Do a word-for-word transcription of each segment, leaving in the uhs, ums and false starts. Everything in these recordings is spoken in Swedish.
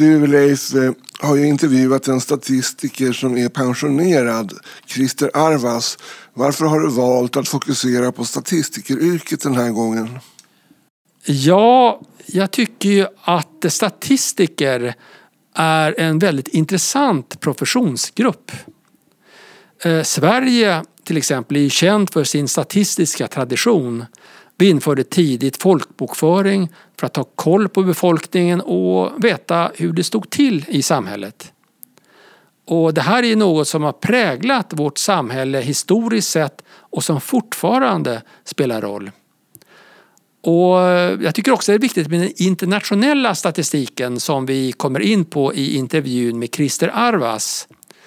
Du, Leif, har ju intervjuat en statistiker som är pensionerad, Christer Arvas. Varför har du valt att fokusera på statistikeryrket den här gången? Ja, jag tycker ju att statistiker är en väldigt intressant professionsgrupp. Eh, Sverige till exempel är känd för sin statistiska tradition. Vi införde tidigt folkbokföring för att ha koll på befolkningen och veta hur det stod till i samhället. Och det här är något som har präglat vårt samhälle historiskt sett och som fortfarande spelar roll. Och jag tycker också det är viktigt med den internationella statistiken som vi kommer in på i intervjun med Christer Arvas.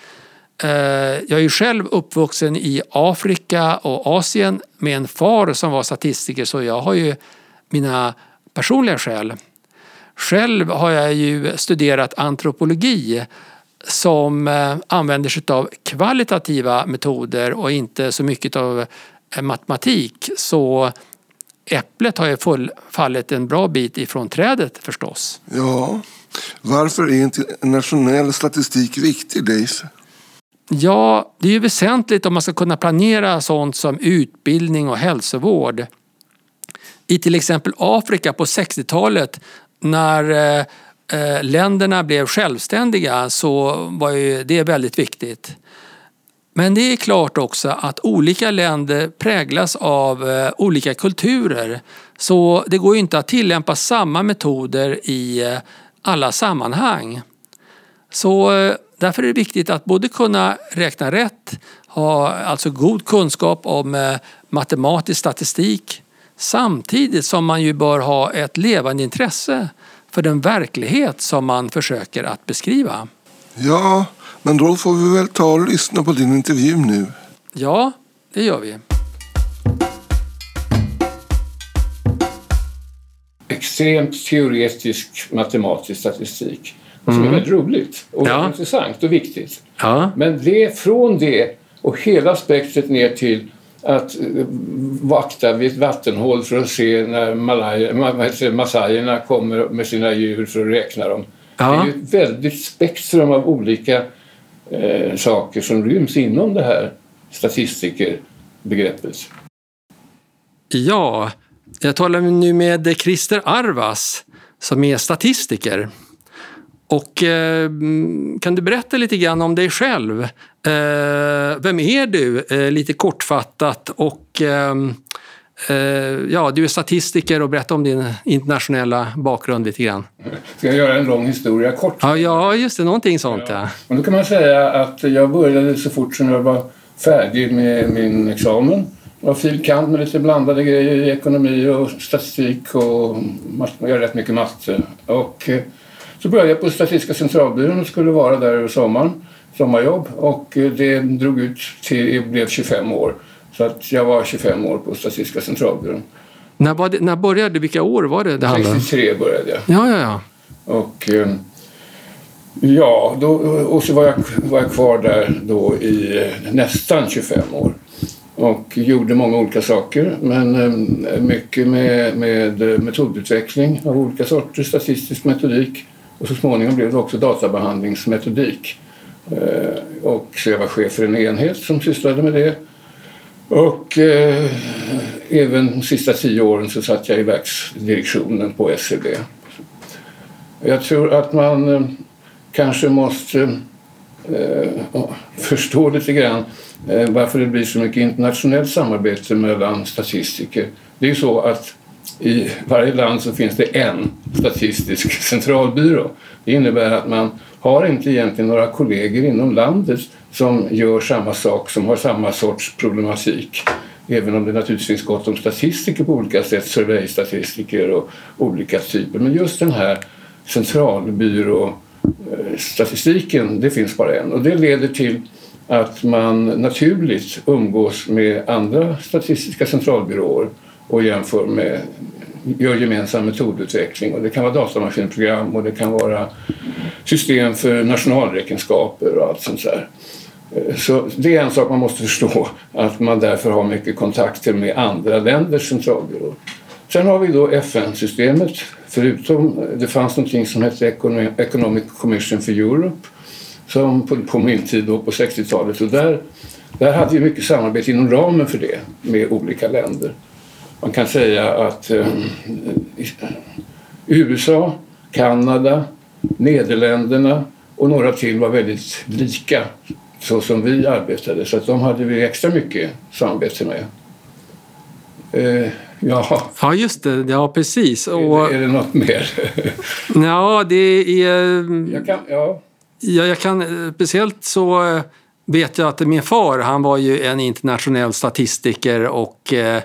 Jag är ju själv uppvuxen i Afrika och Asien med en far som var statistiker, så jag har ju mina personliga skäl. Själv har jag ju studerat antropologi som använder sig av kvalitativa metoder och inte så mycket av matematik. Så äpplet har ju fallit en bra bit ifrån trädet förstås. Ja, varför är internationell statistik viktig, Leif? Ja, det är ju väsentligt om man ska kunna planera sånt som utbildning och hälsovård. I till exempel Afrika på sextiotalet när eh, länderna blev självständiga så var ju det väldigt viktigt. Men det är klart också att olika länder präglas av eh, olika kulturer. Så det går ju inte att tillämpa samma metoder i eh, alla sammanhang. Så eh, därför är det viktigt att både kunna räkna rätt, ha alltså god kunskap om eh, matematisk statistik, samtidigt som man ju bör ha ett levande intresse för den verklighet som man försöker att beskriva. Ja, men då får vi väl ta och lyssna på din intervju nu. Ja, det gör vi. Extremt teoretisk matematisk statistik. Som mm. är väldigt roligt och ja. intressant och viktigt. Ja. Men det från det och hela spektret ner till att vakta vid ett vattenhål för att se när malaj, massajerna kommer med sina djur för att räkna dem. Ja. Det är ju ett väldigt spektrum av olika eh, saker som ryms inom det här statistikerbegreppet. Ja, jag talar nu med Christer Arvas som är statistiker. Och eh, kan du berätta lite grann om dig själv? Eh, vem är du? Eh, lite kortfattat. Och eh, eh, ja, du är statistiker och berätta om din internationella bakgrund lite grann. Ska jag göra en lång historia kort? Ja, ja just det. Någonting sånt. Ja. Ja. Men då kan man säga att jag började så fort som jag var färdig med min examen. Jag var filkant med lite blandade grejer i ekonomi och statistik och jag gör rätt mycket matte. Och så började jag på Statistiska centralbyrån och skulle vara där över sommaren, sommarjobb. Och det drog ut till, jag blev tjugofem år. Så att jag var tjugofem år på Statistiska centralbyrån. När, var det, när började du? Vilka år var det det handlade? sextiotre började jag. Ja, ja, ja. Och ja, då, och så var jag, var jag kvar där då i nästan tjugofem år. Och gjorde många olika saker, men mycket med, med metodutveckling av olika sorter, statistisk metodik. Och så småningom blev det också databehandlingsmetodik. Och så jag var chef för en enhet som sysslade med det. Och eh, även de sista tio åren så satt jag i verksdirektionen på S C B. Jag tror att man eh, kanske måste eh, förstå lite grann eh, varför det blir så mycket internationellt samarbete mellan statistiker. Det är ju så att i varje land så finns det en statistisk centralbyrå. Det innebär att man har inte egentligen några kollegor inom landet som gör samma sak, som har samma sorts problematik. Även om det naturligtvis finns gott om statistiker på olika sätt, survey-statistiker och olika typer. Men just den här centralbyrå-statistiken, det finns bara en. Och det leder till att man naturligt umgås med andra statistiska centralbyråer och jämför med, gör gemensam metodutveckling. Och det kan vara datamaskinprogram och det kan vara system för nationalräkenskaper och allt sånt där. Så det är en sak man måste förstå, att man därför har mycket kontakter med andra länders centralbyråer. Sen har vi då F N-systemet. Förutom, det fanns någonting som hette Economic Commission for Europe som på, på min tid då på sextiotalet. Och där, där hade vi mycket samarbete inom ramen för det med olika länder. Man kan säga att eh, U S A, Kanada, Nederländerna och några till var väldigt lika så som vi arbetade. Så att de hade vi extra mycket samarbete med. Eh, ja. ja, just det. Ja, precis. Och, är, det, är det något mer? ja, det är... Jag kan, ja. Ja, jag kan... Speciellt så vet jag att min far, han var ju en internationell statistiker och eh,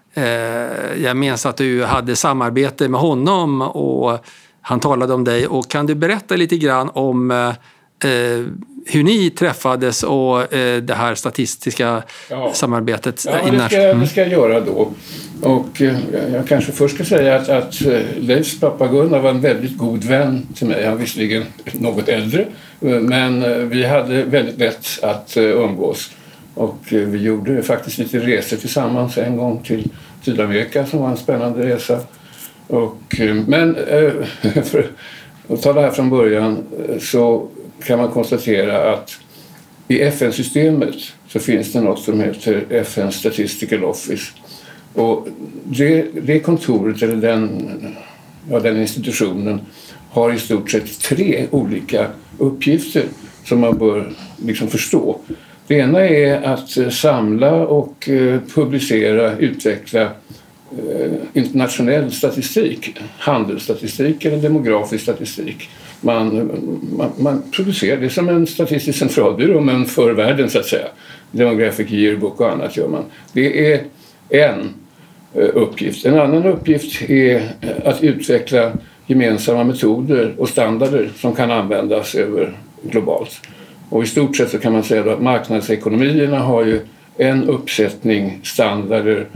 jag minns att du hade samarbete med honom och han talade om dig. Och kan du berätta lite grann om eh, hur ni träffades och eh, det här statistiska ja. samarbetet? Ja, det ska, det ska jag göra då. Och eh, jag kanske först ska säga att, att Leifs pappa Gunnar var en väldigt god vän till mig. Han var visserligen något äldre, men vi hade väldigt lätt att umgås. Och vi gjorde faktiskt lite resor tillsammans en gång till Sydamerika som var en spännande resa. Och, men för att ta det här från början så kan man konstatera att i F N-systemet så finns det något som heter F N Statistical Office. Och det, det kontoret eller den, ja, den institutionen har i stort sett tre olika uppgifter som man bör liksom förstå. Det ena är att samla och publicera, utveckla internationell statistik, handelsstatistik eller demografisk statistik. Man, man, man producerar det som en statistisk centralbyrå men för världen så att säga. Demographic yearbook och annat gör man. Det är en uppgift. En annan uppgift är att utveckla gemensamma metoder och standarder som kan användas över globalt. Och i stort sett så kan man säga att marknadsekonomierna har ju en uppsättning standarder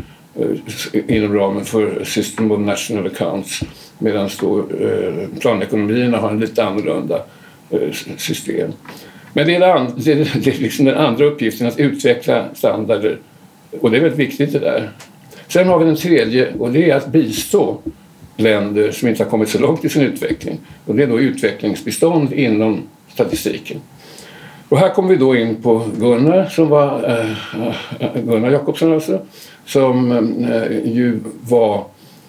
inom ramen för System of National Accounts medan då planekonomierna har en lite annorlunda system. Men det är, det, and- det är, det är liksom den andra uppgiften att utveckla standarder och det är väldigt viktigt det där. Sen har vi den tredje och det är att bistå länder som inte har kommit så långt i sin utveckling och det är då utvecklingsbistånd inom statistiken. Och här kommer vi då in på Gunnar som var äh, Gunnar Jakobsson alltså, som äh, ju var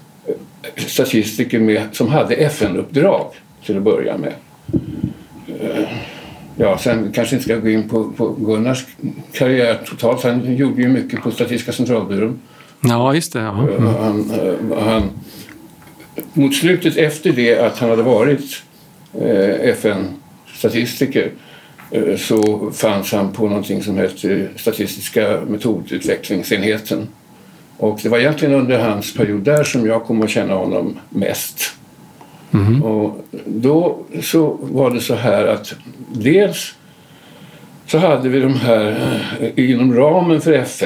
statistiker med, som hade F N-uppdrag till att börja med. Äh, ja, sen kanske inte ska gå in på, på Gunnars karriär totalt. Han gjorde ju mycket på Statistiska centralbyrån. Ja, just det. Ja. Mm. Han, han, mot slutet efter det att han hade varit äh, F N-statistiker så fanns han på någonting som hette Statistiska metodutvecklingsenheten. Och det var egentligen under hans period där som jag kom att känna honom mest. Mm. Och då så var det så här att dels så hade vi de här inom ramen för F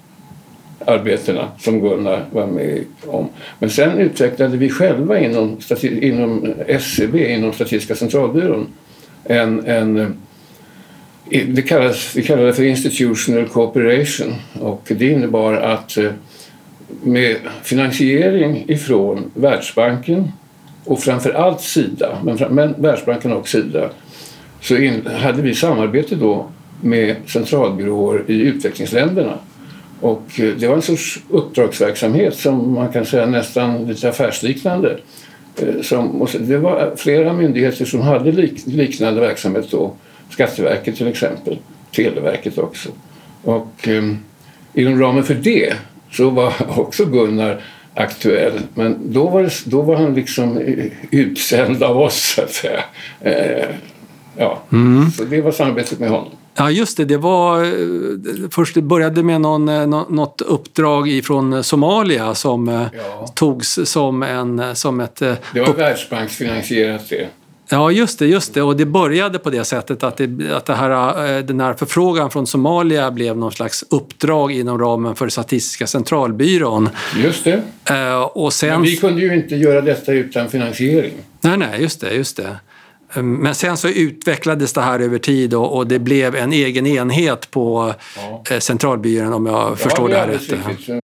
N-arbetena som Gunnar var med om. Men sen utvecklade vi själva inom, inom S C B, inom Statistiska centralbyrån, en, en Det kallas, vi kallar det för institutional cooperation och det innebar att med finansiering ifrån Världsbanken och framförallt Sida, men, men Världsbanken och Sida, så in, hade vi samarbete då med centralbyråer i utvecklingsländerna. Och det var en sorts uppdragsverksamhet som man kan säga nästan lite affärsliknande. Som, och det var flera myndigheter som hade lik, liknande verksamhet då. Skatteverket till exempel, Televerket också. Och eh, inom ramen för det så var också Gunnar aktuell. Men då var, det, då var han liksom utsänd av oss så att säga. Eh, ja, mm. Så det var samarbetet med honom. Ja, just det. Det var först det började med någon, något uppdrag ifrån Somalia som ja. togs som en som ett det var upp... världsbanksfinansierat det. Ja, just det, just det. Och det började på det sättet att, det, att det här, den här förfrågan från Somalia blev någon slags uppdrag inom ramen för Statistiska centralbyrån. Just det. Uh, och sen... Men vi kunde ju inte göra detta utan finansiering. Nej, nej, just det, just det. Men sen så utvecklades det här över tid och, och det blev en egen enhet på ja. centralbyrån om jag förstår ja, det här rätt.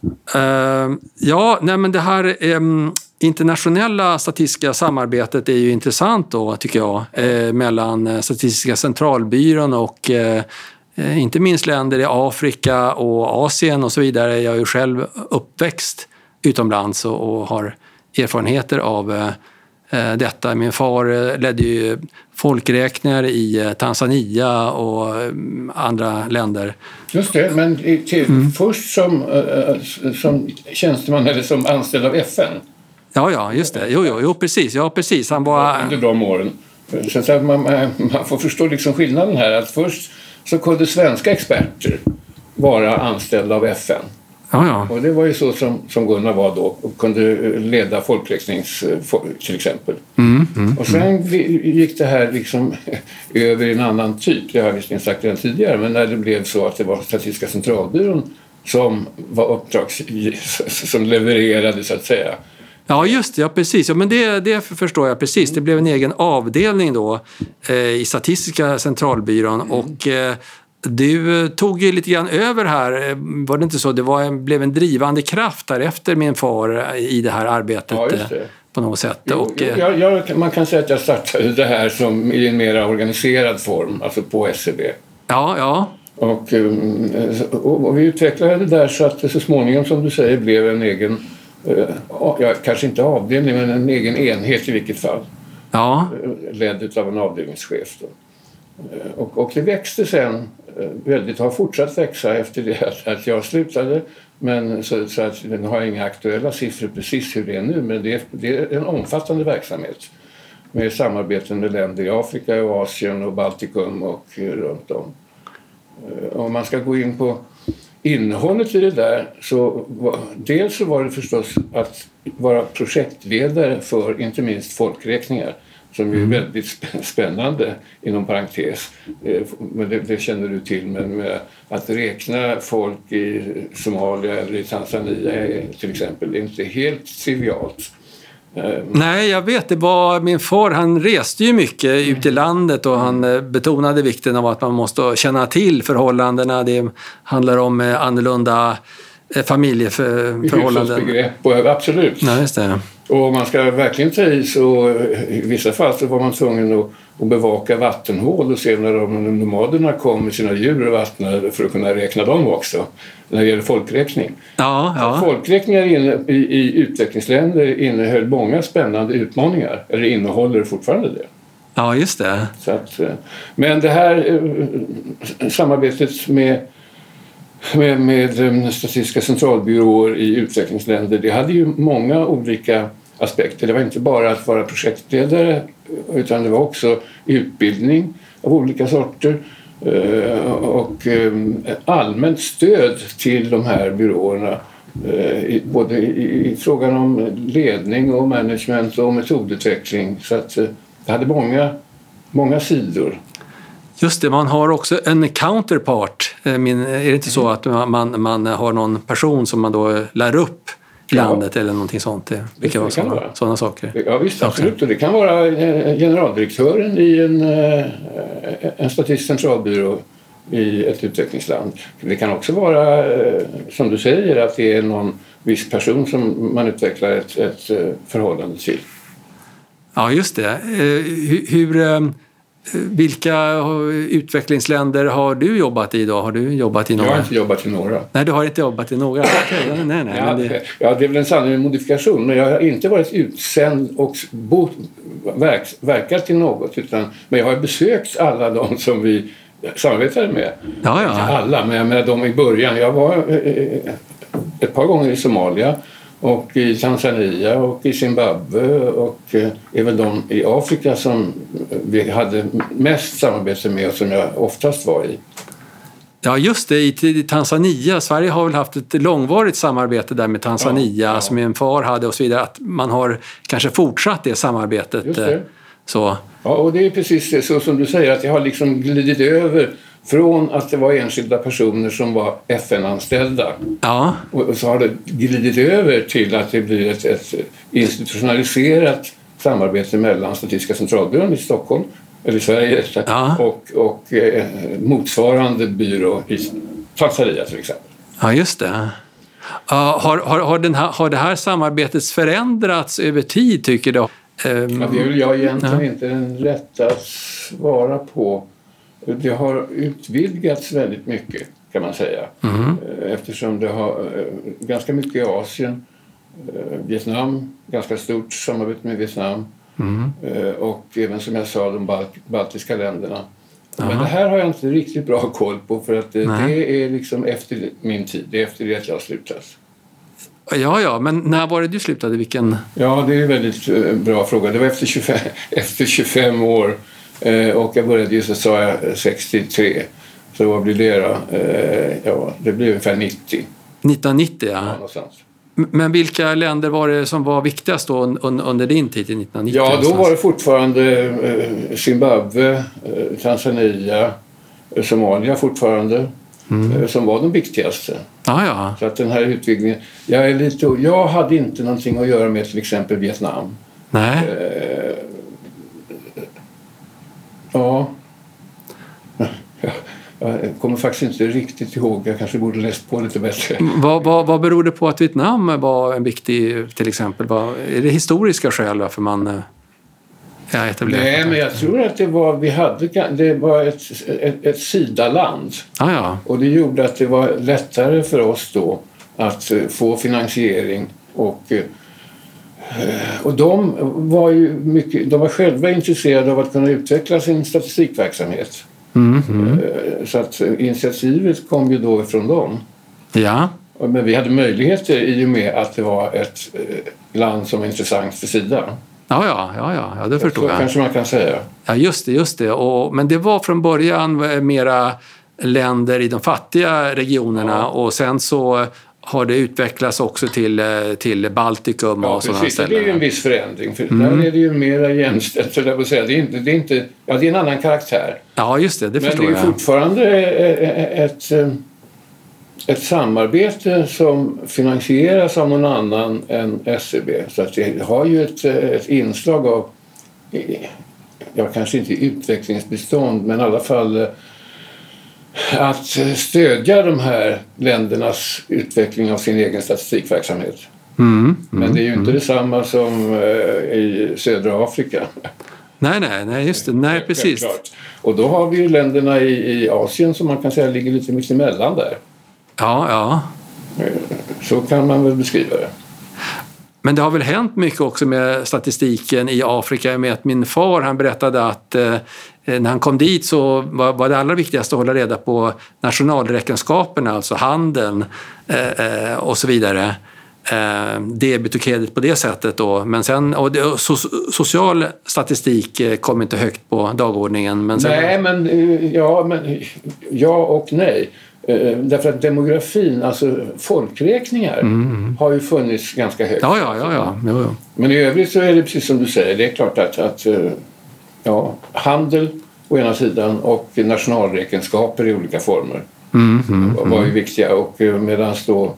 Uh, ja, nej men det här um, internationella statistiska samarbetet är ju intressant då, tycker jag, eh, mellan Statistiska centralbyrån och eh, inte minst länder i Afrika och Asien och så vidare. Jag är ju själv uppväxt utomlands och, och har erfarenheter av eh, detta. Min far ledde ju folkräkningar i Tanzania och andra länder. Just det, men till, mm. först som, uh, som tjänsteman eller som anställd av F N. Ja, ja, just det. Jo, jo, jo precis. Ja, precis. Han var... Under de åren. Så att man, man får förstå liksom skillnaden här. Att först så kunde svenska experter vara anställda av F N. Ja, ja. Och det var ju så som, som Gunnar var då och kunde leda folkräknings till exempel. Mm, mm, och sen mm. gick det här liksom över i en annan typ. Det har jag visst inte sagt redan tidigare, men när det blev så att det var Statistiska centralbyrån som var uppdrags som levererade så att säga. Ja, just det. Ja, precis. Ja, men det, det förstår jag precis. Det blev en egen avdelning då eh, i Statistiska centralbyrån mm. och eh, du tog ju lite grann över här, var det inte så? Det var en, blev en drivande kraft där efter min far i det här arbetet ja, just det. På något sätt. Jo, och, jo, jag, jag, man kan säga att jag startade det här som i en mer organiserad form, alltså på S C B. Ja, ja. Och, och, och vi utvecklade det där så att det så småningom, som du säger, blev en egen, ja, kanske inte avdelning, men en egen enhet i vilket fall. Ja. Ledd av en avdelningschef då. Och, och det växte sen väldigt, har fortsatt växa efter det att, att jag slutade, men så, så att den har inga aktuella siffror precis hur det är nu, men det är, det är en omfattande verksamhet med samarbeten med länder i Afrika och Asien och Baltikum och runt om. Om man ska gå in på innehållet i det där, så var, dels så var det förstås att vara projektledare för inte minst folkräkningar, som är väldigt spännande inom parentes. Men det, det känner du till, men med att räkna folk i Somalia eller i Tanzania är, till exempel, är inte helt trivialt. Nej, jag vet. Det var min far, han reste ju mycket mm. ut i landet och han betonade vikten av att man måste känna till förhållandena. Det handlar om annorlunda familjeförhållanden. Hushållsbegrepp, absolut. Nej, just det. Och om man ska verkligen ta i, så i vissa fall så var man tvungen att, att bevaka vattenhål och se när de nomaderna kom med sina djur och vattnade för att kunna räkna dem också när det gäller folkräkning. Ja, ja. Folkräkningar inne, i, i utvecklingsländer innehöll många spännande utmaningar, eller innehåller fortfarande det. Ja, just det. Så att, men det här samarbetet med Med, med Statistiska centralbyråer i utvecklingsländer, det hade ju många olika aspekter. Det var inte bara att vara projektledare, utan det var också utbildning av olika sorter och allmänt stöd till de här byråerna, både i frågan om ledning och management och metodutveckling. Så att det hade många, många sidor. Just det, man har också en counterpart. Min, är det inte så att man, man har någon person som man då lär upp i ja. landet eller någonting sånt? Det, vilka var sådana, sådana saker? Ja visst, absolut. Och det kan vara generaldirektören i en, en statistisk centralbyrå i ett utvecklingsland. Det kan också vara, som du säger, att det är någon viss person som man utvecklar ett, ett förhållande till. Ja, just det. Hur... hur Vilka utvecklingsländer har du jobbat i då? Har du jobbat i några? Jag har inte jobbat i några. Nej, du har inte jobbat i några. Okay. nej, nej, ja, men det... ja, det är väl en sanning modifikation. Men jag har inte varit utsänd och bo, verk, verkat i något. Utan, men jag har besökt alla de som vi samarbetade med. Ja, ja. Inte alla, men jag menar de i början. Jag var eh, ett par gånger i Somalia och i Tanzania och i Zimbabwe och eh, även de i Afrika som vi hade mest samarbete med och som jag oftast var i. Ja, just det. I Tanzania, Sverige har väl haft ett långvarigt samarbete där med Tanzania ja, ja. som min far hade och så vidare. Att man har kanske fortsatt det samarbetet. Just det. Så. Ja, och det är precis det, så som du säger, att jag har liksom glidit över från att det var enskilda personer som var F N-anställda ja. och så har det glidit över till att det blir ett, ett institutionaliserat samarbete mellan Statistiska centralbyrån i Stockholm, eller i Sverige, ja. och, och eh, motsvarande byrå i Tanzania till exempel. Ja, just det. Uh, har, har, har, den här, har det här samarbetet förändrats över tid, tycker du? Um, ja, det är väl jag egentligen ja. inte den rätta att svara på. Det har utvidgats väldigt mycket, kan man säga. Mm. Eftersom det har ganska mycket i Asien, Vietnam, ganska stort samarbete med Vietnam. Mm. Och även, som jag sa, de balt- baltiska länderna. Aha. Men det här har jag inte riktigt bra koll på, för att det, det är liksom efter min tid, det är efter det att jag slutat. Ja, ja, men när var det du slutade? Vilken? Ja, det är en väldigt uh, bra fråga. Det var efter tjugofem, efter tjugofem år uh, och jag började ju, så sa jag, sextiotre. Så vad blir det då? Uh, ja, det blir ungefär nittio. nittonhundranittio, ja. Ja, någonstans. Men vilka länder var det som var viktigast då under din tid i nittonhundranittio? Ja, då någonstans? var det fortfarande Zimbabwe, Tanzania, Somalia fortfarande mm. som var de viktigaste. Ah, ja. Så att den här utvidgningen, jag är lite, jag hade inte någonting att göra med till exempel Vietnam. Nej. Eh, ja. Jag kommer faktiskt inte riktigt ihåg. Jag kanske borde läst på lite bättre. Vad, vad, vad beror det på att Vietnam var en viktig, till exempel? Vad, är det historiska skäl varför man ja, etablerade? Nej, men jag tror att det var, vi hade, det var ett, ett, ett sidaland. Ah, ja. Och det gjorde att det var lättare för oss då att få finansiering. Och, och de var ju mycket, de var själva intresserade av att kunna utveckla sin statistikverksamhet. Mm, mm. Så att initiativet kom ju då ifrån dem. Ja. Men vi hade möjligheter i och med att det var ett land som var intressant för Sida. Ja, ja, ja, ja, ja det förstår jag. Kanske man kan säga. Ja, just det, just det. Och, men det var från början mera länder i de fattiga regionerna ja. Och sen så har det utvecklats också till, till Baltikum och ja, sådana ställen. Det är ju en viss förändring. För mm. där är det ju mer jämställt. Så det, vill säga, det, är inte, det, är inte, ja, det är en annan karaktär. Ja, just det. Det förstår jag. Men det är jag. fortfarande ett, ett samarbete som finansieras av någon annan än S C B. Så att det har ju ett, ett inslag av, ja, kanske inte utvecklingsbistånd, men i alla fall att stödja de här ländernas utveckling av sin egen statistikverksamhet. Mm, mm, Men det är ju inte mm. detsamma som i södra Afrika. Nej, nej, nej, just det. Nej, precis. Självklart. Och då har vi ju länderna i, i Asien som man kan säga ligger lite mitt emellan där. Ja, ja. Så kan man väl beskriva det. Men det har väl hänt mycket också med statistiken i Afrika, med att min far, han berättade att eh, när han kom dit så var, var det allra viktigaste att hålla reda på nationalräkenskaperna, alltså handeln eh, och så vidare. Eh, debit och kredit på det sättet då. Men sen, och det, so, social statistik eh, kom inte högt på dagordningen. Men sen, nej, men ja, men ja och nej. Därför att demografin, alltså folkräkningar, mm. har ju funnits ganska högt. Ja, ja, ja, ja. Jo, jo. Men i övrigt så är det precis som du säger. Det är klart att, att ja, handel å ena sidan och nationalräkenskaper i olika former mm, mm, var ju mm. viktiga. Och medan då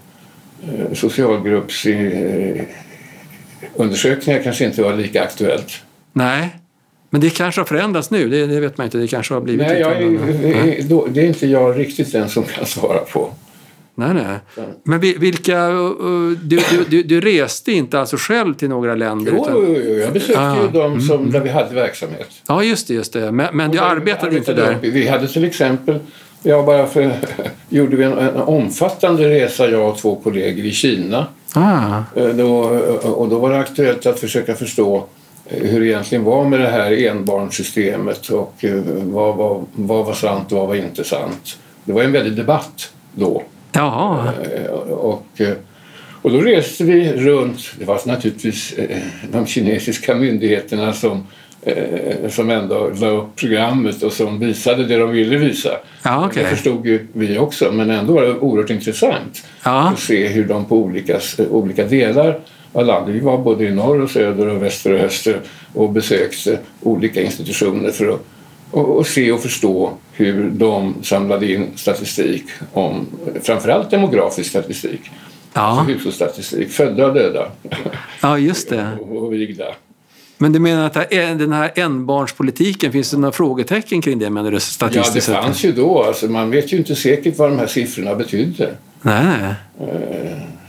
socialgruppsundersökningar kanske inte var lika aktuellt. Nej. Men det kanske har förändrats nu, det, det vet man inte. Det kanske har blivit... Nej, jag är, då, det är inte jag riktigt den som kan svara på. Nej, nej. Men vilka... Du, du, du, du reste inte alltså själv till några länder? Jo, utan... jo, jo jag besökte ah, ju dem som, mm. där vi hade verksamhet. Ja, just det, just det. Men, men du arbetade inte där? Vi hade till exempel... Jag bara för, gjorde vi en, en omfattande resa, jag och två kollegor i Kina. Ah. Då, och då var det aktuellt att försöka förstå hur det egentligen var med det här enbarnssystemet och vad, vad, vad var sant och vad var inte sant. Det var en väldig debatt då. Jaha. Och, och då reste vi runt, det var naturligtvis de kinesiska myndigheterna som, som ändå la upp programmet och som visade det de ville visa. Ja, okay. Det förstod ju vi också, men ändå var det oerhört intressant ja. Att se hur de på olika, olika delar av landet, vi var både i norr och söder och väster och öster och besökte olika institutioner för att och, och se och förstå hur de samlade in statistik om framförallt demografisk statistik. Ja. Alltså hushållsstatistik, födda och döda. Ja, just det. och, och vigda. Men du menar att den här enbarnspolitiken, finns det några frågetecken kring det, menar du, statistiskt? Ja, det fanns ju då. Alltså, man vet ju inte säkert vad de här siffrorna betydde. Nej, nej. Uh,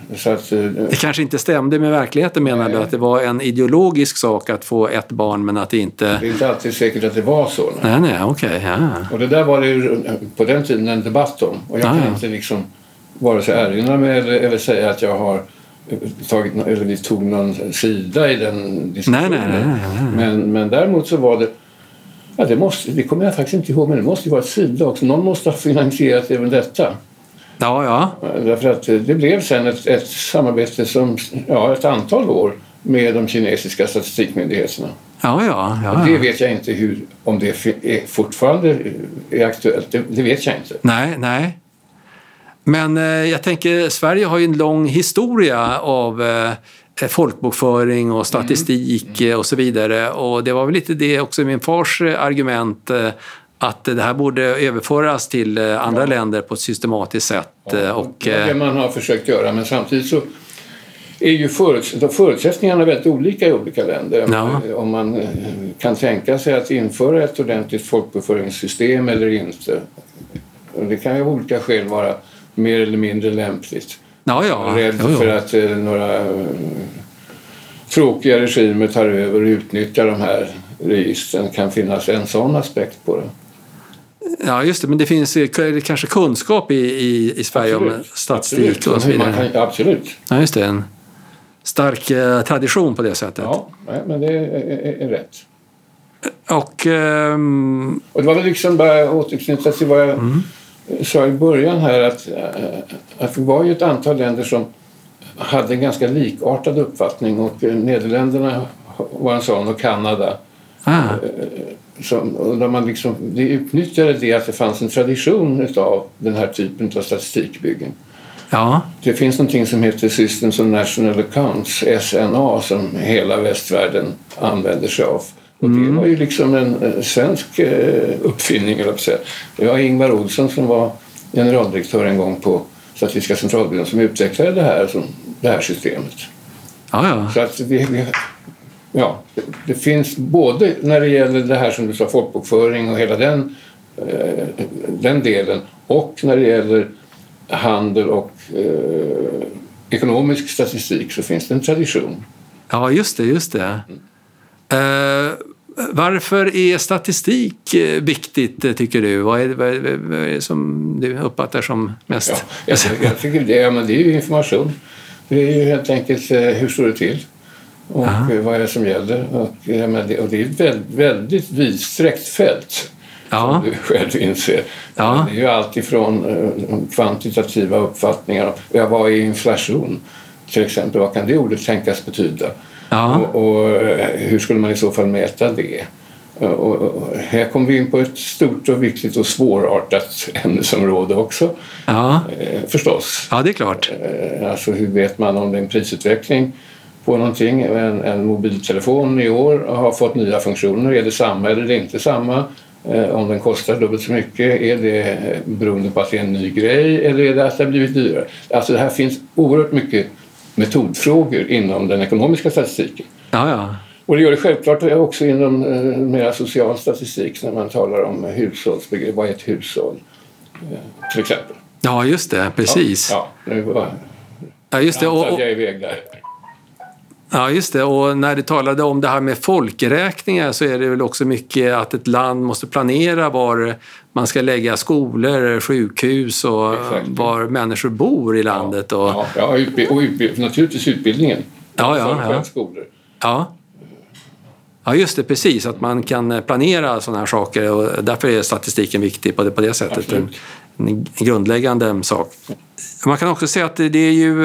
Så att, det kanske inte stämde med verkligheten, menar du? Att det var en ideologisk sak att få ett barn, men att det inte... Det är inte alltid säkert att det var så. Nej, nej, okej. Okay, ja. Och det där var det ju på den tiden en debatt om. Och jag ah, kan ja. inte liksom vare sig erinra mig eller, eller säga att jag har tagit, eller vi tog någon sida i den diskussionen. Nej, nej, nej, nej. Men, men däremot så var det... Ja, det, måste, det kommer jag faktiskt inte ihåg, men det måste ju vara ett sida också. Någon måste ha finansierat även detta. Ja, ja. Därför att det blev sen ett, ett samarbete som, ja, ett antal år med de kinesiska statistikmyndigheterna. Ja, ja, ja, ja. Det vet jag inte hur, om det är fortfarande är aktuellt. Det, det vet jag inte. Nej, nej. Men eh, jag tänker, Sverige har ju en lång historia av eh, folkbokföring och statistik mm. och så vidare. Och det var väl lite det också min fars argument, eh, att det här borde överföras till andra ja. länder på ett systematiskt sätt. Ja, och, det är det man har försökt göra, men samtidigt så är ju föruts- förutsättningarna väldigt olika i olika länder. Ja. Om man kan tänka sig att införa ett ordentligt folkbokföringssystem eller inte. Det kan ju av olika skäl vara mer eller mindre lämpligt. Ja, ja. Rädd jo, jo. för att eh, några tråkiga regimer tar över och utnyttjar de här registren. Kan finnas en sån aspekt på det. Ja, just det. Men det finns kanske kunskap i, i, i Sverige absolut. om statistik absolut. och så vidare. Man kan, absolut. Ja, just det. En stark eh, tradition på det sättet. Ja, men det är, är, är rätt. Och, ehm... och det var väl liksom bara återknyta till vad jag mm. sa i början här, att, att det var ju ett antal länder som hade en ganska likartad uppfattning, och Nederländerna var en sån, och Kanada. Ah. Som, och där man liksom, det utnyttjade det att det fanns en tradition av den här typen av statistikbyggen. Ja. Det finns någonting som heter Systems of National Accounts, S N A, som hela västvärlden använder sig av. Och det mm. var ju liksom en svensk uppfinning, eller så. Det var Ingvar Olsson som var generaldirektör en gång på Statistiska centralbyrån som utvecklade det här, som, det här systemet. Ja, ja. Så att vi, vi, ja, det, det finns både när det gäller det här som du sa, folkbokföring och hela den, eh, den delen, och när det gäller handel och eh, ekonomisk statistik, så finns det en tradition. Ja, just det, just det. Mm. Uh, varför är statistik viktigt, tycker du? Vad är det, vad är det, vad är det som du uppfattar som mest? Ja, jag, jag tycker det, ja, men det är ju information. Det är ju helt enkelt hur står det till och Aha. vad är det som gäller. Och, ja, men det, och det är ett väldigt, väldigt vidsträckt fält, ja. som du själv inser. Ja. Det är ju allt ifrån uh, kvantitativa uppfattningar. Ja, vad är inflation till exempel? Vad kan det ordet tänkas betyda? Ja. Och, och hur skulle man i så fall mäta det? Och, och, och här kommer vi in på ett stort och viktigt och svårartat ämnesområde också. Ja. Eh, förstås. Ja, det är klart. Eh, alltså hur vet man om det är en prisutveckling på någonting? En, en mobiltelefon i år har fått nya funktioner. Är det samma eller är det inte samma? Eh, om den kostar dubbelt så mycket, är det beroende på att det är en ny grej, eller är det att det har blivit dyrare? Alltså det här finns oerhört mycket metodfrågor inom den ekonomiska statistiken. Ja, ja. Och det gör det självklart också inom eh, mer social statistik, när man talar om hushållsbegrepp. Vad är ett hushåll? Eh, till exempel. Ja, just det. Precis. Ja, ja nu var ja, just det. Och, och, jag iväg där. Ja, just det. Och när du talade om det här med folkräkningar, så är det väl också mycket att ett land måste planera var man ska lägga skolor, sjukhus och Exakt. var människor bor i landet. Och, ja, ja, och, utbild- och utbild- naturligtvis utbildningen. Ja, ja, ja. Skolor. Ja. Ja, just det, precis. Att man kan planera sådana här saker, och därför är statistiken viktig på det, på det sättet. Absolut. En grundläggande sak. Man kan också säga att det är ju,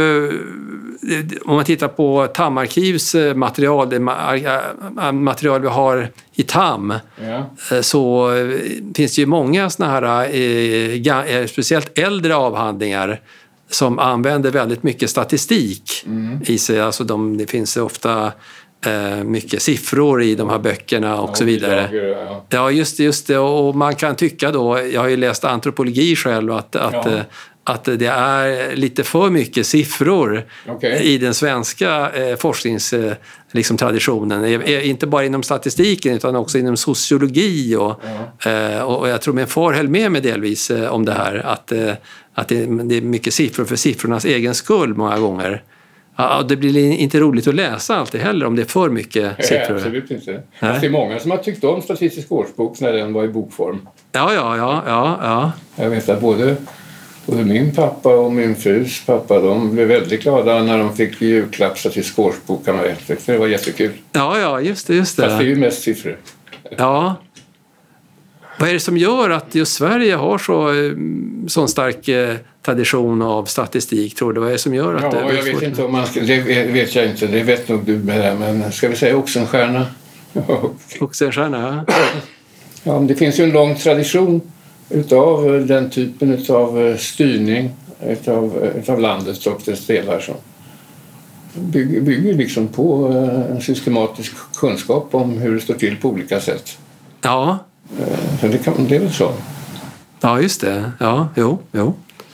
om man tittar på TAM-arkivs material, det material vi har i TAM, ja. så finns det ju många såna här, speciellt äldre avhandlingar som använder väldigt mycket statistik mm. i sig. Alltså de, det finns ofta eh, mycket siffror i de här böckerna och ja, så vidare. Lager, ja. ja, just det, just det. Och man kan tycka då, jag har ju läst antropologi själv, att, att, ja. att det är lite för mycket siffror okay. i den svenska eh, forskningstraditionen. Eh, liksom, traditionen. eh, inte bara inom statistiken utan också inom sociologi. Och, ja. eh, och jag tror min far höll med mig delvis eh, om det här. Att, eh, att det, det är mycket siffror för siffrornas egen skull många gånger. Ja, det blir inte roligt att läsa alltid heller om det är för mycket siffror. Ja, absolut inte. Fast det är många som har tyckt om Statistisk årsbok när den var i bokform. Ja, ja, ja, ja, ja. Jag vet att både, både min pappa och min frus pappa, de blev väldigt glada när de fick julklapp Statistisk årsbok. Det var jättekul. Ja, ja, just det, just det. Fast det är ju mest siffror. Ja. Vad är det som gör att just Sverige har så sån stark eh, tradition av statistik, tror du? Vad är det som gör att ja, det är jag vet inte om man ska, det vet jag inte, det vet nog du med det, men ska vi säga Oxenstierna? Oxenstierna, ja. Ja, det finns ju en lång tradition utav den typen av styrning utav, utav landet och dess delar som bygger, bygger liksom på en systematisk kunskap om hur det står till på olika sätt. Ja. Så det, kan, det är väl så. Ja, just det. Ja, jo, jo.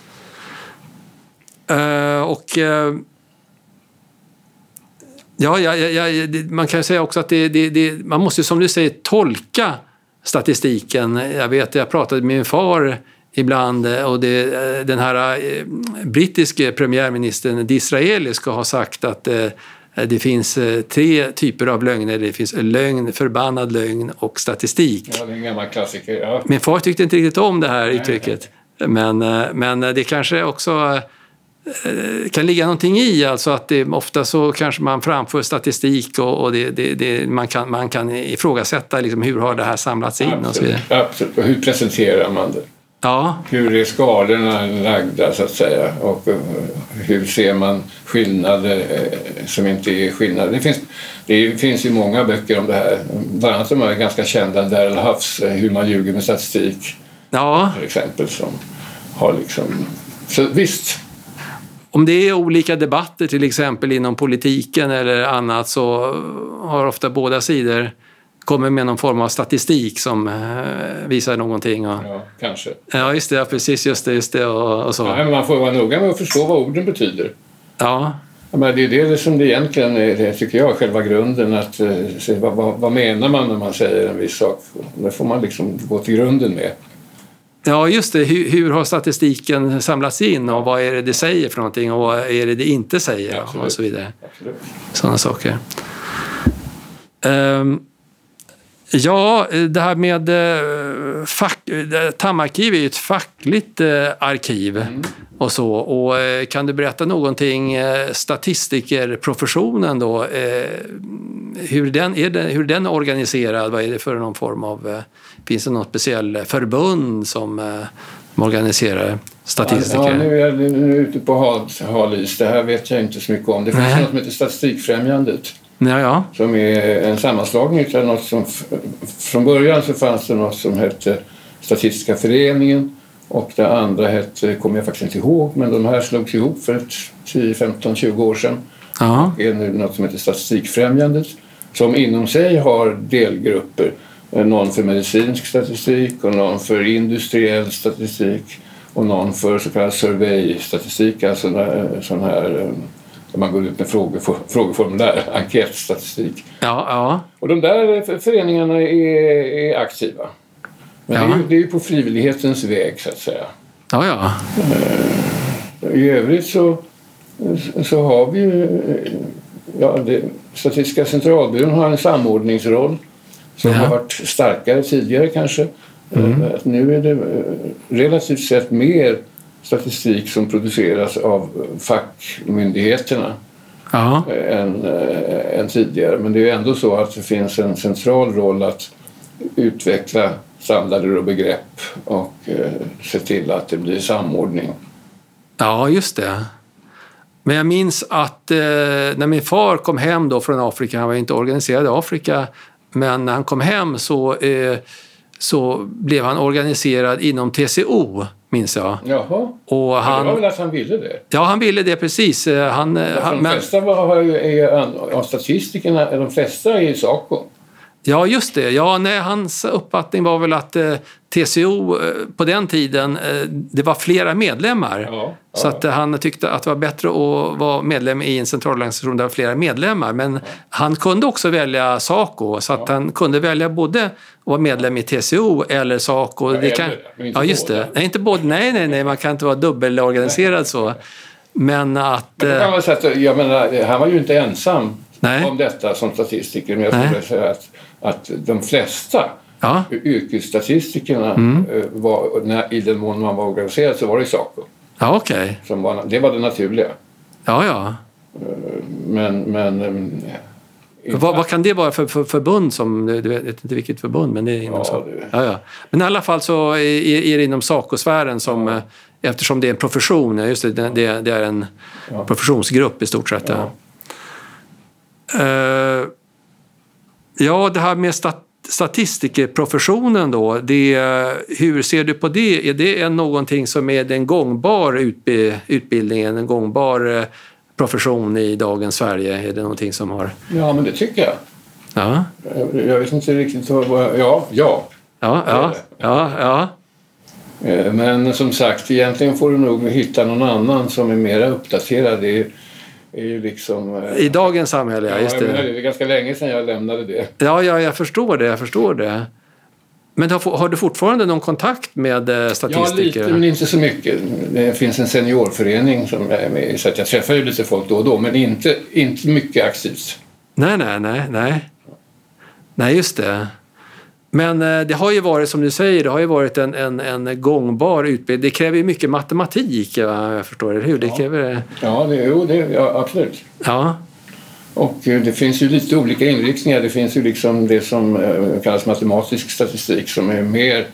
Uh, och uh, ja, ja, ja, ja, man kan säga också att det, det, det, man måste ju, som du säger, tolka statistiken. Jag vet, jag pratade med min far ibland och det, den här uh, brittiske premiärministern Disraeli ska ha sagt att uh, det finns tre typer av lögner. Det finns lögn, förbannad lögn och statistik. Ja, det är en gammal klassiker. Ja. Min far tyckte inte riktigt om det här uttrycket. Men, men det kanske också kan ligga någonting i. Alltså att det, ofta så kanske man framför statistik och, och det, det, det, man, kan, man kan ifrågasätta liksom, hur har det här samlats in. Absolut, och så vidare. Absolut. Och hur presenterar man det? Ja. Hur är skalorna lagda så att säga och hur ser man skillnader som inte är skillnader. Det finns, det finns ju många böcker om det här. Bland annat de är ganska kända, Darrell Huffs Hur man ljuger med statistik. Ja. Till exempel som har liksom... Så visst. Om det är olika debatter till exempel inom politiken eller annat så har ofta båda sidor kommer med någon form av statistik som eh, visar någonting. Och, ja, kanske. Ja, just det. Precis, just det. Just det och, och så. Ja, men man får vara noga med att förstå vad orden betyder. Ja. Ja, men det är det som det egentligen är, det tycker jag, själva grunden. Att, eh, se, vad, vad, vad menar man när man säger en viss sak? Det får man liksom gå till grunden med. Ja, just det. Hur, hur har statistiken samlats in och vad är det det säger för någonting och vad är det det inte säger och så vidare. Absolut. Sådana saker. Um, Ja, det här med eh, fack, Tammarkiv är ju ett fackligt eh, arkiv mm. och så. Och eh, kan du berätta någonting, eh, statistikerprofessionen då, eh, hur, den, är det, hur den är organiserad? Vad är det för någon form av, eh, finns det något speciellt förbund som eh, organiserar statistiker? Ja, nu är jag nu ute på hal, halis, det här vet jag inte så mycket om. Det finns Nej. något som heter Statistikfrämjandet. Ja, ja. Som är en sammanslagning av något som från början så fanns det något som hette Statistiska föreningen och det andra hette, kommer jag faktiskt inte ihåg, men de här slogs ihop för ett tio, femton, tjugo år sedan. Ja. Det är nu något som heter Statistikfrämjandet som inom sig har delgrupper, någon för medicinsk statistik och någon för industriell statistik och någon för så kallad survey-statistik, alltså sån här man går ut med frågefor- frågeformulär, enkätstatistik. Ja, ja. Och de där föreningarna är, är aktiva. Men ja. det, är ju, det är ju på frivillighetens väg så att säga. Ja, ja. I övrigt så, så har vi ju... Ja, det, Statistiska centralbyrån har en samordningsroll som ja. har varit starkare tidigare kanske. Mm. Nu är det relativt sett mer statistik som produceras av fackmyndigheterna ja. än, än tidigare. Men det är ju ändå så att det finns en central roll att utveckla standarder och begrepp och eh, se till att det blir samordning. Ja, just det. Men jag minns att eh, när min far kom hem då från Afrika, han var inte organiserad i Afrika, men när han kom hem så, eh, så blev han organiserad inom T C O, minns jag. Jaha, och han, det var väl att han ville det? Ja, han ville det precis. Han, han, de flesta var, är, av statistikerna, de flesta är i SACO. Ja, just det. Ja, nej, hans uppfattning var väl att eh, T C O på den tiden, det var flera medlemmar. Ja, ja. Så att han tyckte att det var bättre att vara medlem i en centralorganisation där det var flera medlemmar. Men ja. Han kunde också välja SACO. Så att ja. Han kunde välja både att vara medlem i T C O eller SACO. Ja, det kan, eller, ja just det. Nej, inte både, nej, nej, nej, man kan inte vara dubbelorganiserad nej. Så. Men att... Men då kan man säga att, jag menar, han var ju inte ensam nej. Om detta som statistiker. Men jag skulle säga att, att de flesta ja. Yrkesstatistikerna mm. var, när, i den mån man var organiserad så var det SACO. Ja, okej. Okay. Var, det var det naturliga. Ja, ja. Men... men vad, vad kan det vara för, för förbund som... Du vet inte vilket förbund, men det är inom ja, det... ja, ja. Men i alla fall så är, är det inom SACO-sfären som... Ja. Eftersom det är en profession, just det, det, det är en ja. Professionsgrupp i stort sett. Ja, ja. Uh, ja det här med stat, statistikerprofessionen då, det, hur ser du på det? Är det en, någonting som är en gångbar utb, utbildning, en gångbar profession i dagens Sverige? Är det någonting som har... Ja, men det tycker jag. Ja. Jag, jag vet inte riktigt vad... Ja, ja. Ja, ja, ja, ja. Men som sagt, egentligen får du nog hitta någon annan som är mer uppdaterad. Det är, är ju liksom... I dagens samhälle, ja, just det. Ja, det är ganska länge sedan jag lämnade det. Ja, ja, jag förstår det, jag förstår det. Men har, har du fortfarande någon kontakt med statistiker? Ja, lite, men inte så mycket. Det finns en seniorförening som är med, så att jag träffar ju lite folk då och då, men inte, inte mycket aktivt. Nej, nej, nej, nej. Nej, just det. Men det har ju varit, som du säger, det har ju varit en, en, en gångbar utbildning. Det kräver ju mycket matematik, jag förstår det. Hur? Det ja. kräver... Ja, det, jo, det, ja, absolut. Ja. Och det finns ju lite olika inriktningar. Det finns ju liksom det som kallas matematisk statistik som är mer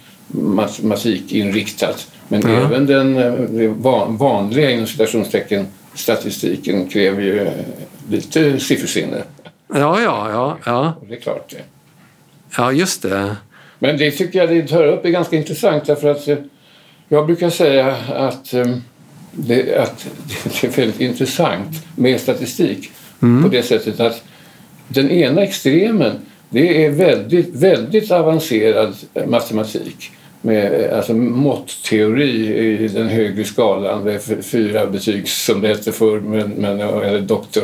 matematikinriktat. Men ja. Även den, den vanliga inom citationstecken statistiken kräver ju lite siffersinne. Ja, ja, ja. ja. Och det är klart det. Ja, just det. Men det tycker jag det tar upp är ganska intressant därför att jag brukar säga att det, att det är väldigt intressant med statistik mm. på det sättet att den ena extremen det är väldigt, väldigt avancerad matematik med alltså måttteori i den högre skalan med fyra betyg som det heter för men, men, eller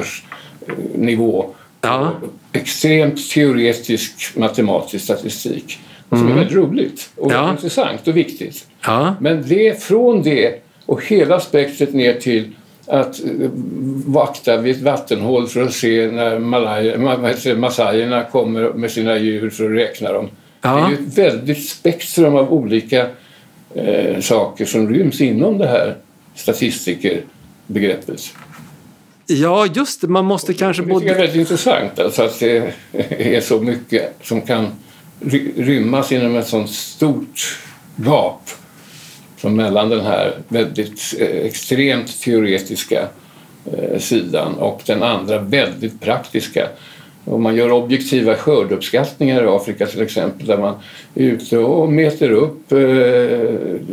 doktorsnivå. Ja. Extremt teoretisk matematisk statistik som mm. är väldigt roligt och ja. Intressant och viktigt. Ja. Men det från det och hela spektret ner till att vakta vid ett vattenhål för att se när malaj, massajerna kommer med sina djur för att räkna dem. Ja. Det är ju ett väldigt spektrum av olika eh, saker som ryms inom det här statistikerbegreppet. Ja, just det. Man måste kanske... Det är väldigt intressant alltså, att det är så mycket som kan rymmas inom ett sånt stort gap som mellan den här väldigt eh, extremt teoretiska eh, sidan och den andra väldigt praktiska. Om man gör objektiva skörduppskattningar i Afrika till exempel där man är ute och mäter upp eh,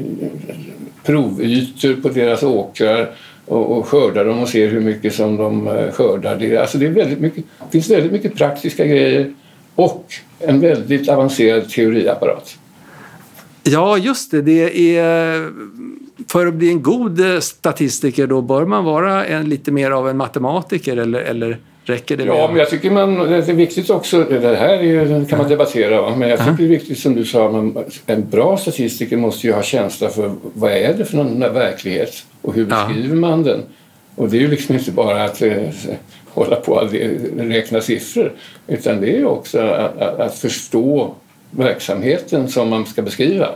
provytor på deras åkrar och, och skördar dem och ser hur mycket som de skördar. Det, alltså det är väldigt mycket, finns väldigt mycket praktiska grejer och en väldigt avancerad teoriapparat. Ja, just det. Det är, för att bli en god statistiker då bör man vara en, lite mer av en matematiker eller, eller räcker det med? Ja, men jag tycker man, det är viktigt också, det här är ju, kan man debattera, va? Men jag tycker uh-huh. det är viktigt som du sa, man, en bra statistiker måste ju ha känsla för vad är det för någon verklighet och hur beskriver uh-huh. man den? Och det är ju liksom inte bara att eh, hålla på att räkna siffror utan det är ju också att, att, att förstå verksamheten som man ska beskriva.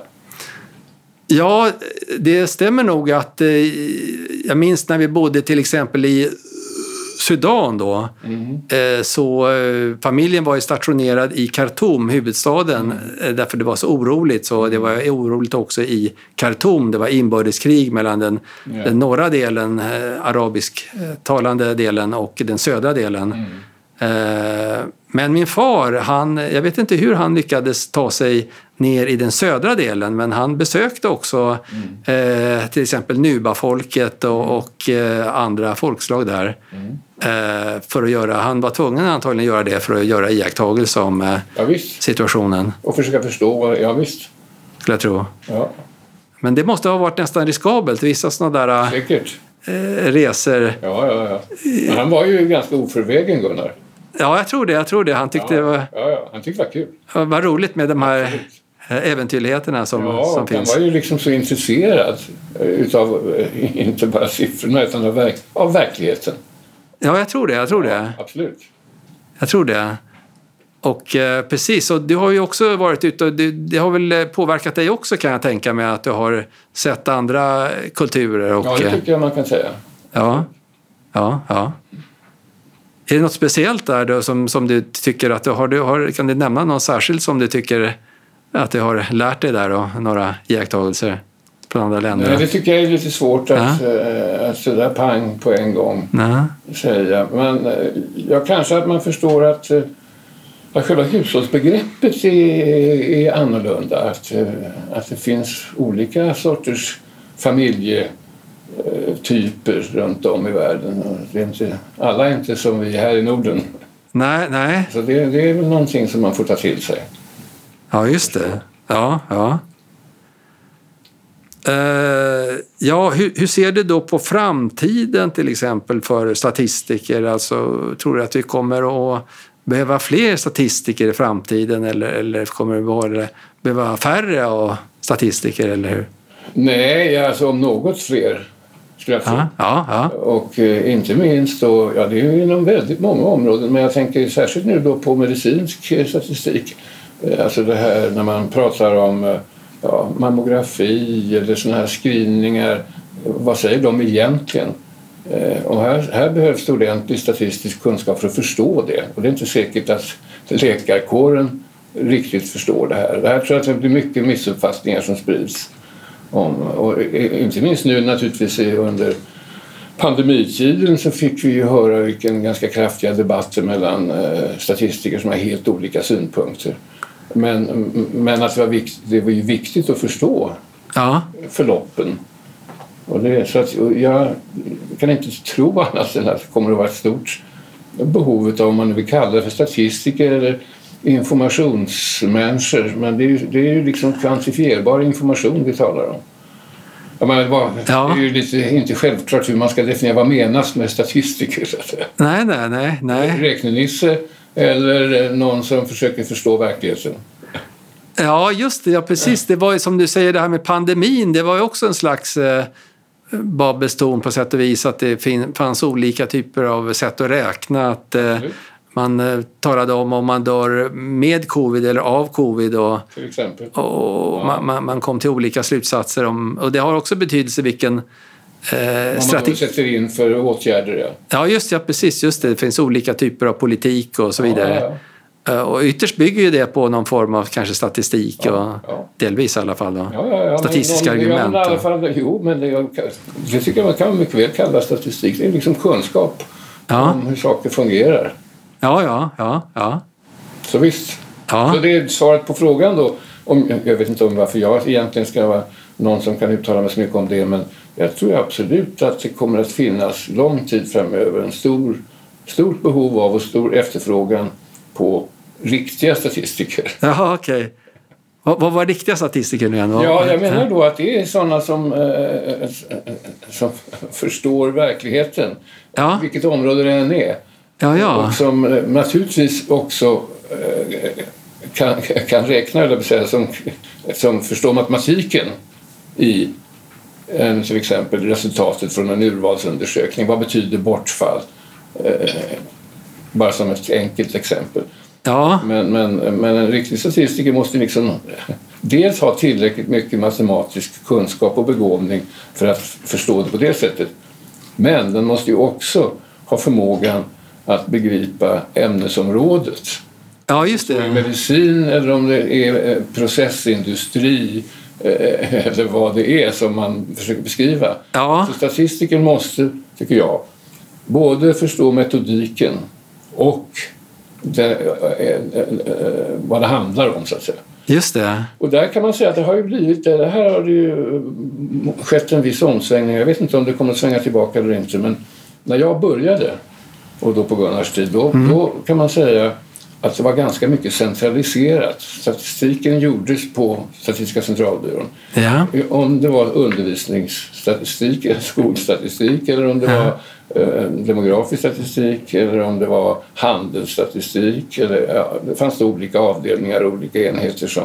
Ja, det stämmer nog att eh, jag minns när vi bodde till exempel i Sudan då, mm. eh, så eh, familjen var ju stationerad i Khartoum, huvudstaden, mm. eh, därför det var så oroligt. Så det var oroligt också i Khartoum. Det var inbördeskrig mellan den, yeah. den norra delen, eh, arabisk eh, talande delen och den södra delen. Mm. Eh, men min far, han, jag vet inte hur han lyckades ta sig ner i den södra delen, men han besökte också mm. eh, till exempel Nuba-folket och, och eh, andra folkslag där. Mm. Eh, för att göra, han var tvungen antagligen göra det för att göra iakttagelse om eh, ja, situationen. Och försöka förstå, ja visst. skulle jag tro. Ja. Men det måste ha varit nästan riskabelt. Vissa sådana där Säkert. eh, resor. Ja, ja, ja. Men han var ju ganska oförvägen, Gunnar. Ja, jag tror det. Jag tror det. Han tyckte Ja, det var, ja, ja. Han tyckte det var kul. det var roligt med de här Absolut. äventyrligheterna som, Ja, som han finns. var ju liksom så intresserad utav eh, inte bara siffrorna utan av, verk- av verkligheten. Ja, jag tror det. Jag tror det. Ja, absolut. Jag tror det. Och eh, precis, och du har ju också varit ute och det, det har väl påverkat dig också, kan jag tänka mig, att du har sett andra kulturer. Och, Ja, det tycker jag man kan säga. ja, ja, ja. Är det något speciellt där då, som, som du tycker att du har, du har, kan du nämna någon särskilt som du tycker att du har lärt dig där och några iakttagelser från andra länder? Nej, det tycker jag är lite svårt att, Ja. äh, att sådär pang på en gång Nej. säga. Men äh, jag kanske att man förstår att, äh, att själva hushållsbegreppet är, är annorlunda. Att, äh, att det finns olika sorters familjetyper runt om i världen. Och det är inte, alla är inte som vi här i Norden. Nej, nej. Så det, det är väl någonting som man får ta till sig. Ja, just det. Ja, ja. Uh, ja, hur, hur ser du då på framtiden till exempel för statistiker? Alltså, tror du att vi kommer att behöva fler statistiker i framtiden eller, eller kommer vi vara, behöva färre av statistiker, eller hur? Nej, alltså om något fler skulle jag tro. Ja, ja, ja. Och eh, inte minst då, ja det är ju inom väldigt många områden, men jag tänker särskilt nu då på medicinsk statistik. Eh, alltså det här när man pratar om eh, ja, mammografi eller sådana här screeningar, vad säger de egentligen? Eh, och här, här behövs ordentlig statistisk kunskap för att förstå det. Och det är inte säkert att läkarkåren riktigt förstår det här. Det här tror jag att det blir mycket missuppfattningar som sprids. Om, och inte minst nu naturligtvis under pandemitiden så fick vi ju höra vilken ganska kraftiga debatter mellan eh, statistiker som har helt olika synpunkter. Men, men att det var, vikt, det var ju viktigt att förstå Ja. förloppen. Och det, så att jag kan inte tro annat än att det kommer att vara ett stort behov av, om man vill kalla det för statistiker eller informationsmänniskor, men det är, ju, det är ju liksom kvantifierbar information vi talar om. Jag menar, det, var, Ja. det är ju lite, inte självklart hur man ska definiera vad menas med statistiker. Så att säga. Nej, nej, nej, nej. Räknenisse eller någon som försöker förstå verkligheten. Ja, just det. Ja, precis. Det var ju som du säger, det här med pandemin. Det var ju också en slags eh, Babelstorn på sätt och vis, att det fin- fanns olika typer av sätt att räkna. Att eh, man eh, talade om om man dör med covid eller av covid och, Till exempel. och Ja. man, man, man kom till olika slutsatser om, och det har också betydelse vilken eh, Vad man då strategi. sätter in för åtgärder. Ja. Ja, just ja, precis. Just det. Det finns olika typer av politik och så vidare. Ja, ja. Och ytterst bygger ju det på någon form av kanske statistik Ja, och ja. delvis i alla fall då. Ja, ja, ja, Statistiska men, argument. Ja, men i alla fall, jo, men det, det tycker jag man kan mycket väl kalla statistik. Det är liksom kunskap Ja. om hur saker fungerar. Ja, ja, ja, ja. Så visst. Ja. Så det är svaret på frågan då. Om, jag vet inte om varför jag egentligen ska vara någon som kan uttala mig så mycket om det, men jag tror absolut att det kommer att finnas lång tid framöver en stor, stort behov av och stor efterfrågan på riktiga statistiker. Jaha, okej. Okay. Vad, vad var riktiga statistiker nu igen? Vad- Ja, jag menar då att det är sådana som, eh, som förstår verkligheten. Ja. Vilket område det än är. Ja, ja. Och som eh, naturligtvis också eh, kan, kan räkna, eller säga, som, som förstår matematiken i en, till exempel resultatet från en urvalsundersökning. Vad betyder bortfall? Eh, bara som ett enkelt exempel. Ja, Men, men, men en riktig statistiker måste liksom dels ha tillräckligt mycket matematisk kunskap och begåvning för att förstå det på det sättet. Men den måste ju också ha förmågan att begripa ämnesområdet. ja just Om det är det. medicin eller om det är processindustri eh, eller vad det är som man försöker beskriva. Ja, Så statistiker måste, tycker jag, både förstå metodiken och det, eh, eh, vad det handlar om, så att säga. just det. Och där kan man säga att det har ju blivit, det här har det ju skett en viss omsvängning. Jag vet inte om det kommer att svänga tillbaka eller inte, men när jag började, och då på Gunnars tid, då, mm. då kan man säga att det var ganska mycket centraliserat. Statistiken gjordes på Statistiska centralbyrån. Ja. Om det var undervisningsstatistik, skolstatistik, eller om det ja. var eh, demografisk statistik, eller om det var handelsstatistik. Eller, ja, det fanns det olika avdelningar och olika enheter som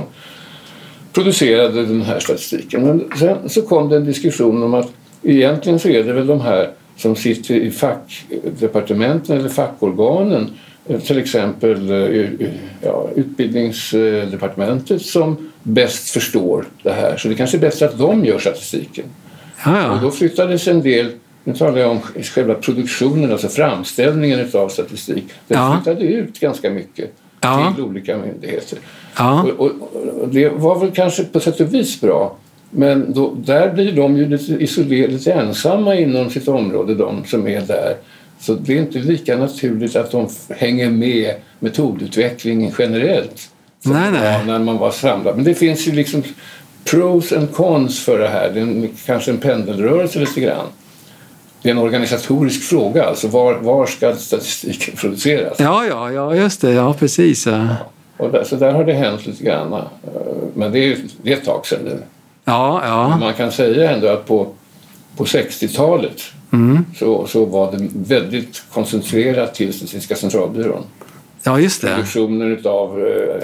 producerade den här statistiken. Men sen så kom det en diskussion om att egentligen så är det väl de här som sitter i fackdepartementen eller fackorganen, till exempel ja, utbildningsdepartementet, som bäst förstår det här. Så det kanske är bättre att de gör statistiken. Ja, ja. Och då flyttades en del, nu talar jag om själva produktionen, alltså framställningen av statistik. Den ja. flyttade ut ganska mycket ja. till olika myndigheter. Ja. Och, och, och det var väl kanske på sätt och vis bra. Men då, där blir de ju lite isolerade, lite ensamma inom sitt område, de som är där. Så det är inte lika naturligt att de hänger med metodutvecklingen generellt. Nej, nej. När man var samlad. Men det finns ju liksom pros and cons för det här. Det är en, kanske en pendelrörelse lite grann. Det är en organisatorisk fråga. Alltså var, var ska statistiken produceras? Ja, ja, ja just det. Ja, precis. Ja. Ja. Och där, så där har det hänt lite grann. Men det är, det är ett tag sedan nu. Ja, ja. Man kan säga ändå att på, på sextiotalet mm. så, så var det väldigt koncentrerat till Statistiska centralbyrån. Ja, just det. Produktionen av eh,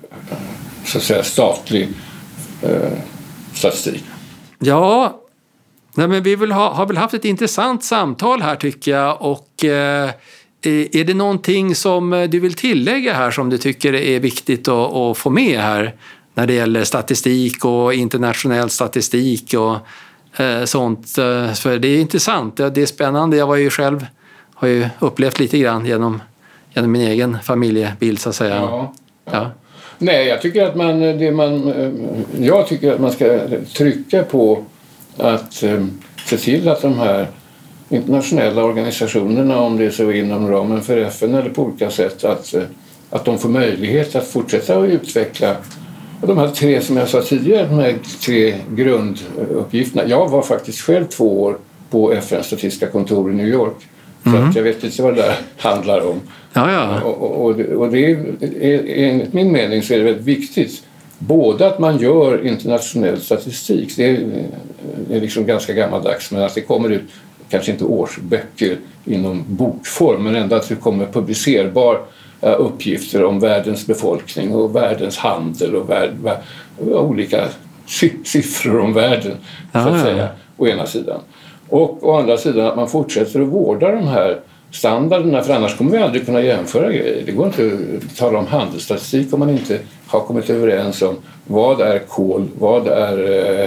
så att säga statlig eh, statistik. Ja, nej, men vi vill ha, har väl haft ett intressant samtal här tycker jag. Och eh, är det någonting som du vill tillägga här som du tycker är viktigt att, att få med här? När det gäller statistik och internationell statistik och eh, sånt. För det är intressant, det är spännande. Jag var ju själv, har ju upplevt lite grann genom, genom min egen familjebild så att säga. Ja, ja. Ja. Nej, jag tycker att man, det man, jag tycker att man ska trycka på att eh, se till att de här internationella organisationerna, om det är så inom ramen för F N eller på olika sätt, att, att de får möjlighet att fortsätta att utveckla de här tre som jag sa tidigare, de här tre grunduppgifterna. Jag var faktiskt själv två år på F N:s statistiska kontor i New York. Så mm. att jag vet inte vad det där handlar om. Ja, ja. Och, och, och det är, enligt min mening så är det väldigt viktigt. Både att man gör internationell statistik, det är, det är liksom ganska gammaldags, men att det kommer ut, kanske inte årsböcker inom bokform, men ändå att det kommer publicerbar uppgifter om världens befolkning och världens handel och värld, olika siffror om världen så att ja, säga, ja. å ena sidan. Och å andra sidan att man fortsätter att vårda de här standarderna, för annars kommer vi aldrig kunna jämföra grejer. Det går inte att tala om handelsstatistik om man inte har kommit överens om vad är kol, vad är eh,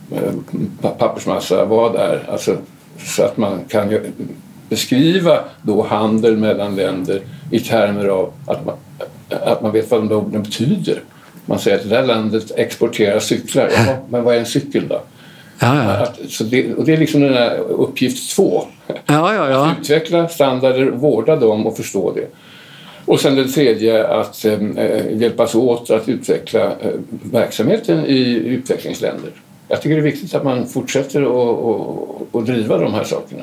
pappersmassa, vad är, alltså, så att man kan ju beskriva då handel mellan länder i termer av att man, att man vet vad de orden betyder. Man säger att det där landet exporterar cyklar. Ja, men vad är en cykel då? Ja, ja. Att, så det, och det är liksom den här uppgift två. Ja, ja, ja. Att utveckla standarder, vårda dem och förstå det. Och sen det tredje, att eh, hjälpas åt att utveckla eh, verksamheten i utvecklingsländer. Jag tycker det är viktigt att man fortsätter att driva de här sakerna.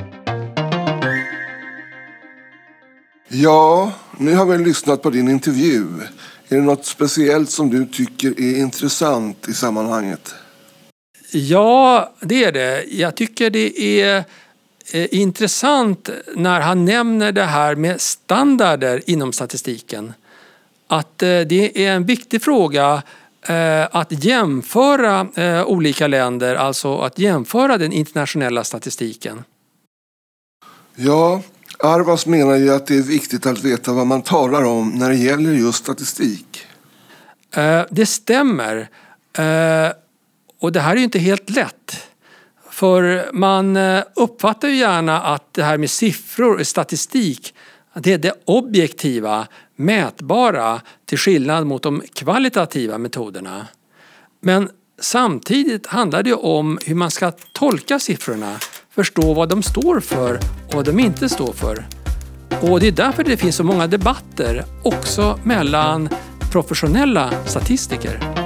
Ja, nu har vi lyssnat på din intervju. Är det något speciellt som du tycker är intressant i sammanhanget? Ja, det är det. Jag tycker det är intressant när han nämner det här med standarder inom statistiken. Att det är en viktig fråga att jämföra olika länder, alltså att jämföra den internationella statistiken. Ja, Arvas menar ju att det är viktigt att veta vad man talar om när det gäller just statistik. Det stämmer. Och det här är ju inte helt lätt. För man uppfattar ju gärna att det här med siffror och statistik, det är det objektiva, mätbara till skillnad mot de kvalitativa metoderna. Men samtidigt handlar det om hur man ska tolka siffrorna, förstå vad de står för och vad de inte står för. Och det är därför det finns så många debatter också mellan professionella statistiker.